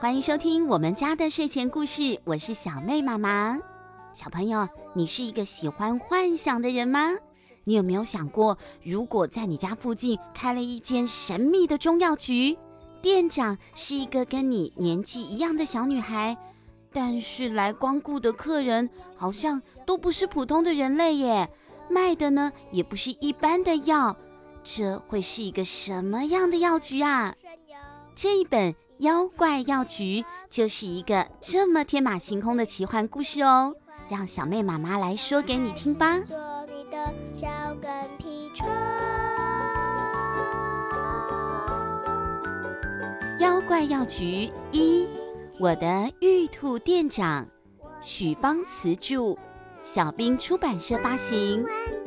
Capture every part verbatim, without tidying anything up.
欢迎收听我们家的睡前故事，我是小妹妈妈。小朋友，你是一个喜欢幻想的人吗？你有没有想过，如果在你家附近开了一间神秘的中药局，店长是一个跟你年纪一样的小女孩，但是来光顾的客人好像都不是普通的人类耶，卖的呢也不是一般的药，这会是一个什么样的药局啊？这一本妖怪药局就是一个这么天马行空的奇幻故事哦，让小妹妈妈来说给你听吧。妖怪药局一，我的玉兔店长，许芳慈著，小兵出版社发行。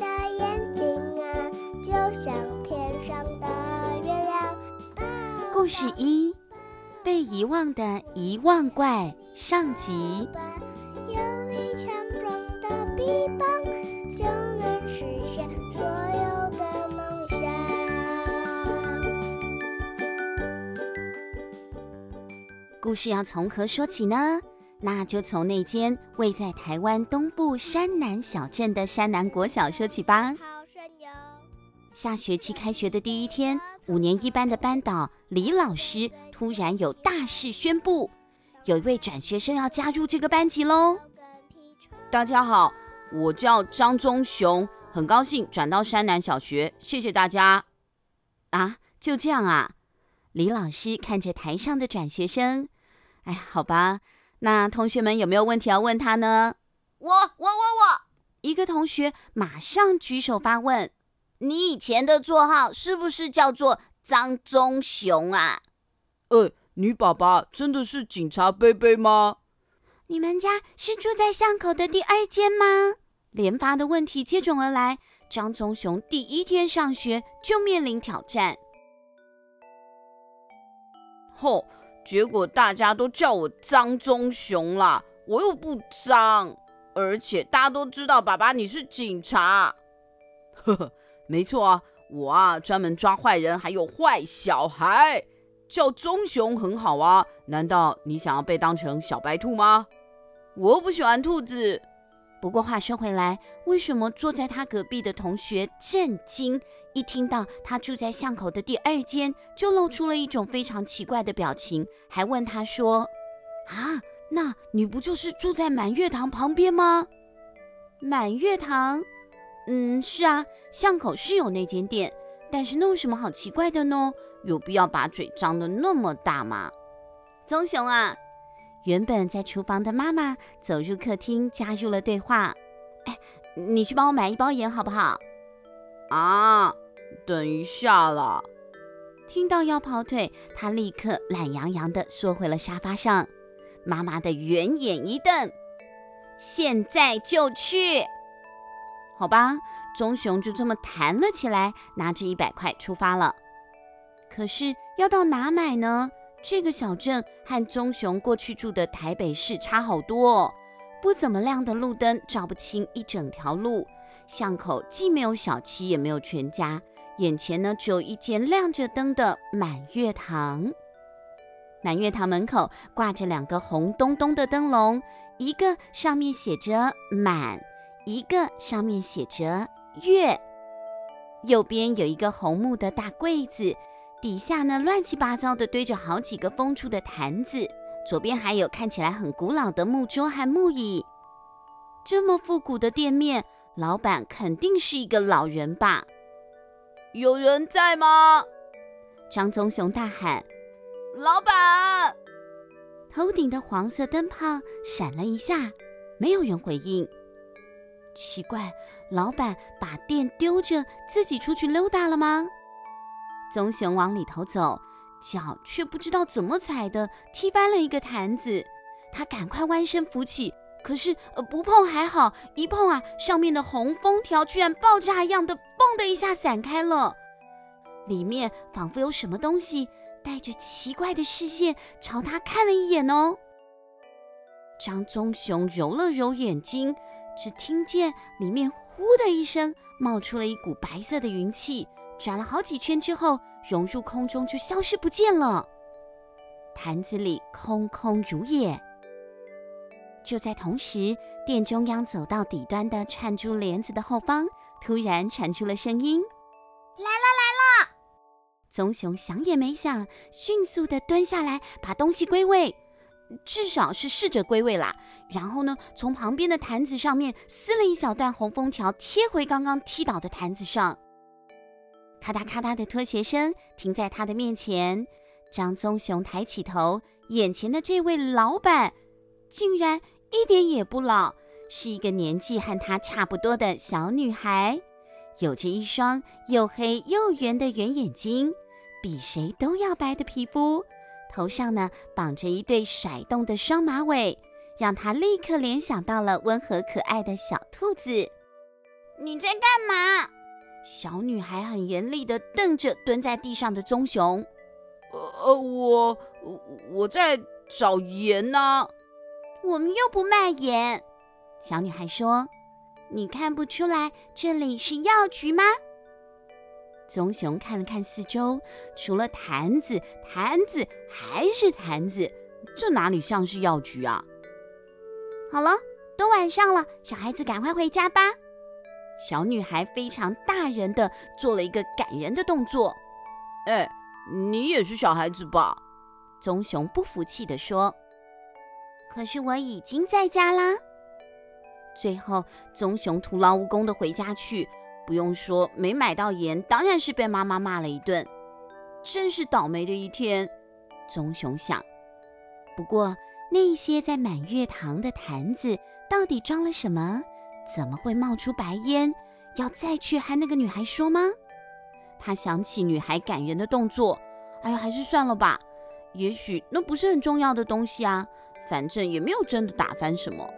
故事一，被遗忘的遗忘怪上集。有一强壮的臂膀，就能实现所有的梦想。故事要从何说起呢？那就从那间位在台湾东部山南小镇的山南国小说起吧。下学期开学的第一天，五年一班的班导李老师突然有大事宣布，有一位转学生要加入这个班级咯。大家好，我叫张宗雄，很高兴转到山南小学，谢谢大家。啊，就这样啊？李老师看着台上的转学生，哎，好吧，那同学们有没有问题要问他呢？ 我我我我， 一个同学马上举手发问。 你以前的绰号是不是叫做张宗雄啊？ 呃，你爸爸真的是警察贝贝吗？ 你们家是住在巷口的第二间吗？连发的问题接踵而来，张宗雄第一天上学就面临挑战。 吼，结果大家都叫我张宗雄啦，我又不脏，而且大家都知道爸爸你是警察。呵呵。没错啊，我啊专门抓坏人还有坏小孩，叫宗雄很好啊，难道你想要被当成小白兔吗？我不喜欢兔子。 不过话说回来，为什么坐在他隔壁的同学震惊，一听到他住在巷口的第二间，就露出了一种非常奇怪的表情，还问他说，啊，那你不就是住在满月堂旁边吗？满月堂？嗯，是啊，巷口是有那间店，但是那有什么好奇怪的呢？有必要把嘴张得那么大吗？宗雄啊，原本在厨房的妈妈走入客厅，加入了对话。哎，你去帮我买一包盐好不好？ 啊，等一下啦。 听到要跑腿，他立刻懒洋洋地缩回了沙发上。妈妈的圆眼一瞪，现在就去。好吧，宗雄就这么弹了起来，拿着一百块出发了。可是要到哪买呢？这个小镇和宗雄过去住的台北市差好多哦，不怎么亮的路灯照不清一整条路，巷口既没有小七也没有全家，眼前呢只有一间亮着灯的满月堂。满月堂门口挂着两个红咚咚的灯笼，一个上面写着满，一个上面写着月。右边有一个红木的大柜子，底下呢乱七八糟的堆着好几个封出的坛子，左边还有看起来很古老的木桌和木椅。这么复古的店面，老板肯定是一个老人吧？ 有人在吗？ 张宗雄大喊。 老板！ 头顶的黄色灯泡闪了一下，没有人回应。奇怪，老板把店丢着自己出去溜达了吗？宗雄往里头走，脚却不知道怎么踩的踢翻了一个坛子，他赶快弯身扶起，可是、呃、不碰还好，一碰啊，上面的红封条居然爆炸一样的嘣的一下散开了，里面仿佛有什么东西带着奇怪的视线朝他看了一眼哦。张宗雄揉了揉眼睛，只听见里面呼的一声冒出了一股白色的云气，转了好几圈之后融入空中就消失不见了。 坛子里空空如也。就在同时，店中央走到底端的串珠帘子的后方，突然传出了声音： 来了来了！ 棕熊想也没想，迅速地蹲下来，把东西归位，至少是试着归位啦。然后呢，从旁边的坛子上面撕了一小段红封条，贴回刚刚踢倒的坛子上。咔嗒咔嗒的拖鞋声停在他的面前，张棕熊抬起头，眼前的这位老板竟然一点也不老，是一个年纪和他差不多的小女孩，有着一双又黑又圆的圆眼睛，比谁都要白的皮肤，头上呢绑着一对甩动的双马尾，让他立刻联想到了温和可爱的小兔子。 你在干嘛？ 小女孩很严厉地瞪着蹲在地上的棕熊。 呃呃，我我在找盐呢、啊。 我们又不卖盐。 小女孩说：“ 你看不出来这里是药局吗？” 棕熊看了看四周，除了坛子，坛子还是坛子，这哪里像是药局啊？ 好了，都晚上了，小孩子赶快回家吧。 小女孩非常大人的做了一个感人的动作。 哎，你也是小孩子吧？ 棕熊不服气地说。 可是我已经在家啦。 最后，棕熊徒劳无功的回家去，不用说，没买到盐，当然是被妈妈骂了一顿。真是倒霉的一天，棕熊想。不过，那些在满月堂的坛子到底装了什么？怎么会冒出白烟？要再去和那个女孩说吗？他想起女孩感人的动作，哎呀，还是算了吧。也许那不是很重要的东西啊，反正也没有真的打翻什么。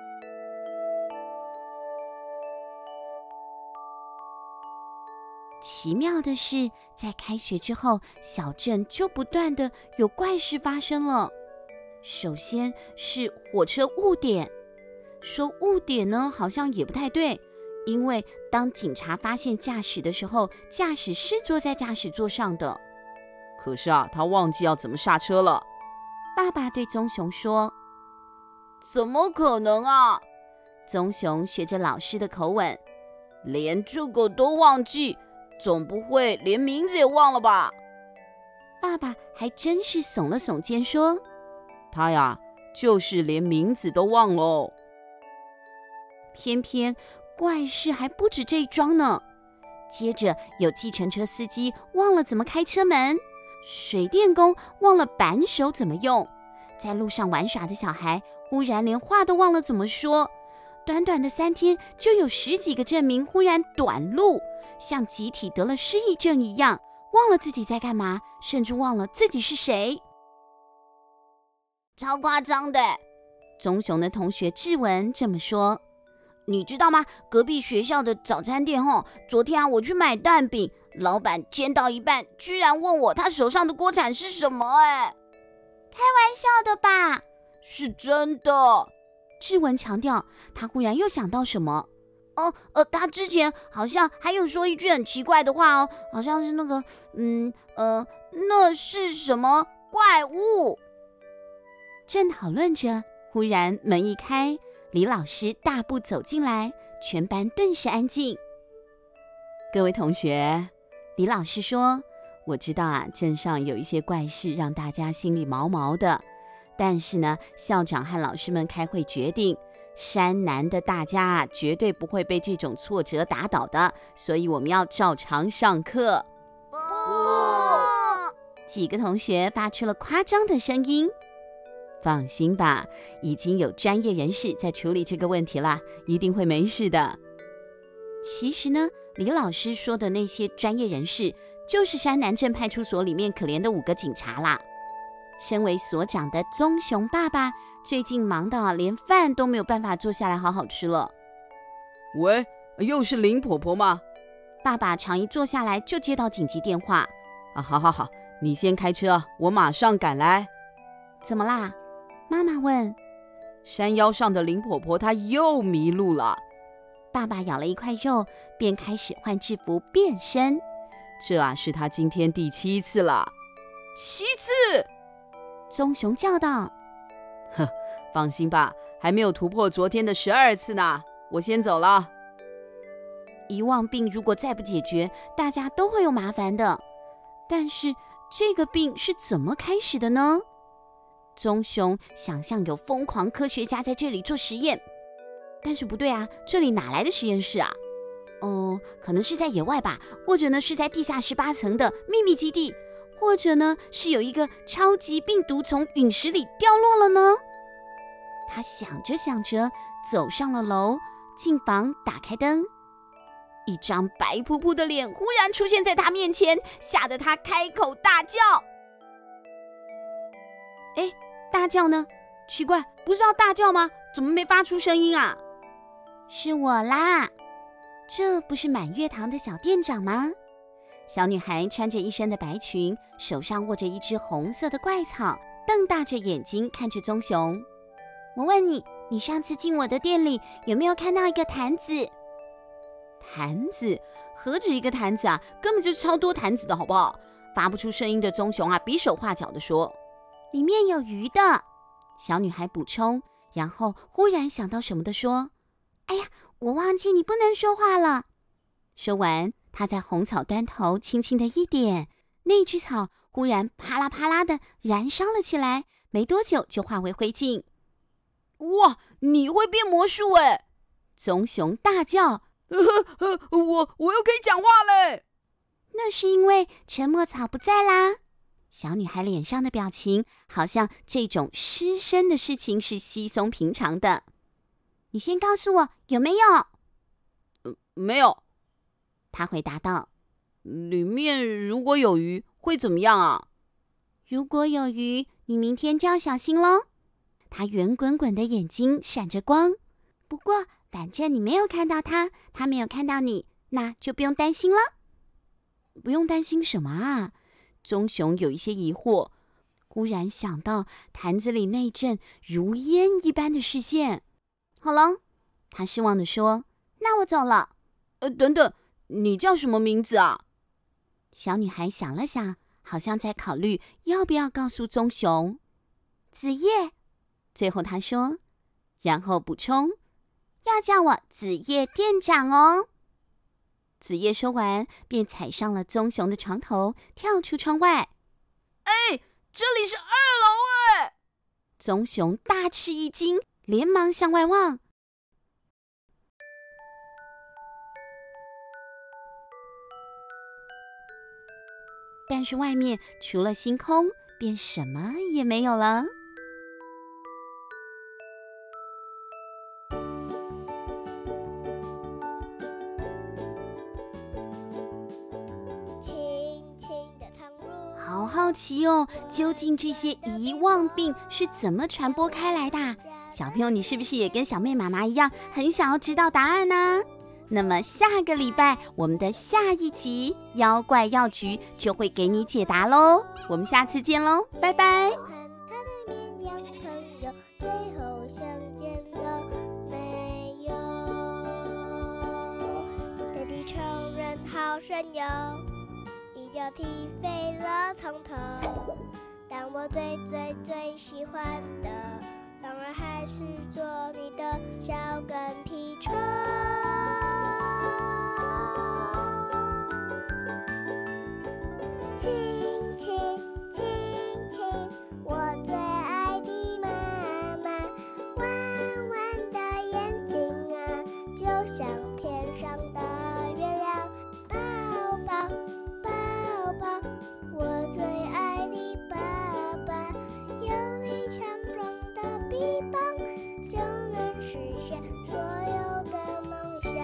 奇妙的是，在开学之后，小镇就不断的有怪事发生了。首先是火车误点，说误点呢，好像也不太对，因为当警察发现驾驶的时候，驾驶是坐在驾驶座上的。 可是啊，他忘记要怎么刹车了。 爸爸对棕熊说：“ 怎么可能啊？” 棕熊学着老师的口吻：“ 连这个都忘记，总不会连名字也忘了吧？” 爸爸还真是耸了耸肩说：“ 他呀，就是连名字都忘喽。” 偏偏怪事还不止这一桩呢。接着有计程车司机忘了怎么开车门，水电工忘了扳手怎么用，在路上玩耍的小孩忽然连话都忘了怎么说。短短的三天，就有十几个镇民忽然短路，像集体得了失忆症一样，忘了自己在干嘛，甚至忘了自己是谁。 超夸张的！ 棕熊的同学志文这么说。 你知道吗？隔壁学校的早餐店吼，昨天啊我去买蛋饼，老板煎到一半，居然问我他手上的锅铲是什么？哎，开玩笑的吧？ 是真的。 志文强调，他忽然又想到什么。 哦，呃，他之前好像还有说一句很奇怪的话哦，好像是那个，嗯，呃，那是什么怪物？ 正讨论着，忽然门一开，李老师大步走进来，全班顿时安静。各位同学，李老师说，我知道啊，镇上有一些怪事让大家心里毛毛的，但是呢，校长和老师们开会决定，山南的大家啊，绝对不会被这种挫折打倒的，所以我们要照常上课。 不， 几个同学发出了夸张的声音。放心吧，已经有专业人士在处理这个问题了，一定会没事的。其实呢，李老师说的那些专业人士，就是山南镇派出所里面可怜的五个警察啦。身为所长的棕熊爸爸，最近忙到连饭都没有办法坐下来好好吃了。 喂，又是林婆婆吗？ 爸爸常一坐下来就接到紧急电话。 啊，好好好，你先开车，我马上赶来。 怎么啦？妈妈问。 山腰上的林婆婆她又迷路了。 爸爸咬了一块肉，便开始换制服变身。 这啊是他今天第七次了。七次？ 棕熊叫道： 呵，放心吧，还没有突破昨天的十二次呢，我先走了。 遗忘病如果再不解决，大家都会有麻烦的。但是这个病是怎么开始的呢？棕熊想象有疯狂科学家在这里做实验，但是不对啊，这里哪来的实验室啊？哦，可能是在野外吧，或者呢是在地下十八层的秘密基地，或者呢是有一个超级病毒从陨石里掉落了呢？他想着想着，走上了楼，进房打开灯，一张白扑扑的脸忽然出现在他面前，吓得他开口大叫。哎，大叫呢？奇怪，不是要大叫吗？怎么没发出声音啊？是我啦，这不是满月堂的小店长吗？小女孩穿着一身的白裙，手上握着一只红色的怪草，瞪大着眼睛看着棕熊。我问你，你上次进我的店里有没有看到一个坛子？坛子？何止一个坛子啊，根本就是超多坛子的好不好？发不出声音的棕熊啊，比手画脚地说：里面有鱼的。小女孩补充，然后忽然想到什么地说：哎呀，我忘记你不能说话了。说完，她在红草端头轻轻的一点，那只草忽然啪啦啪啦的燃烧了起来，没多久就化为灰烬。哇，你会变魔术哎！棕熊大叫：呃呃，我我又可以讲话嘞！那是因为沉默草不在啦。小女孩脸上的表情好像这种失声的事情是稀松平常的。你先告诉我有没有？呃，没有。她回答道：里面如果有鱼会怎么样啊？如果有鱼，你明天就要小心咯。他圆滚滚的眼睛闪着光，不过反正你没有看到他，他没有看到你，那就不用担心了。不用担心什么啊？棕熊有一些疑惑，忽然想到坛子里那阵如烟一般的视线。好了，他失望地说：那我走了。呃，等等，你叫什么名字啊？小女孩想了想，好像在考虑要不要告诉棕熊。子夜。最后他说，然后补充，要叫我子夜店长哦。子夜说完，便踩上了棕熊的床头，跳出窗外。哎，这里是二楼哎！棕熊大吃一惊，连忙向外望。但是外面除了星空，便什么也没有了。好好奇哦，究竟这些遗忘病是怎么传播开来的？小朋友，你是不是也跟小妹妈妈一样，很想要知道答案呢？那么下个礼拜我们的下一集妖怪药局就会给你解答咯。我们下次见咯，拜拜。 一脚踢飞了从头，但我最最最喜欢的，当然还是做你的小跟屁虫。亲亲亲亲，我最爱的妈妈，弯弯的眼睛啊，就像天上的月亮，抱抱抱抱，我最爱的爸爸，有一强壮的臂膀，就能实现所有的梦想。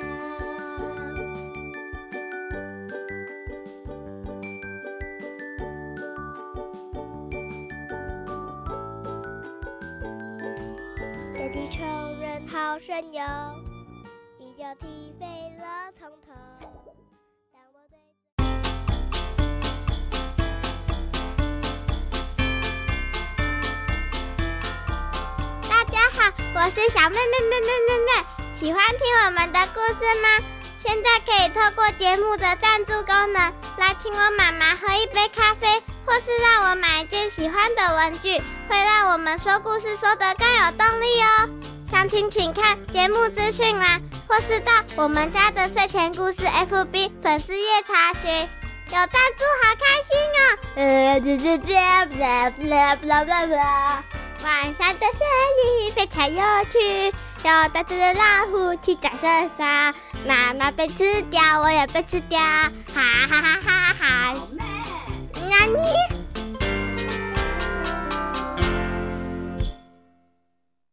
这地球人好神勇，一脚踢飞了从头。大家好，我是小妹妹妹妹妹妹，喜欢听我们的故事吗？现在可以透过节目的赞助功能来请我妈妈喝一杯咖啡， 或是让我买一件喜欢的文具，会让我们说故事说得更有动力哦。详情请看节目资讯栏，或是到我们家的睡前故事 F B 粉丝页查询。有赞助好开心哦！呃，这这这，blah blah blah blah blah。晚上的森林非常有趣，有大只的老虎骑在身上，妈妈被吃掉，我也被吃掉，哈哈哈哈哈！那你？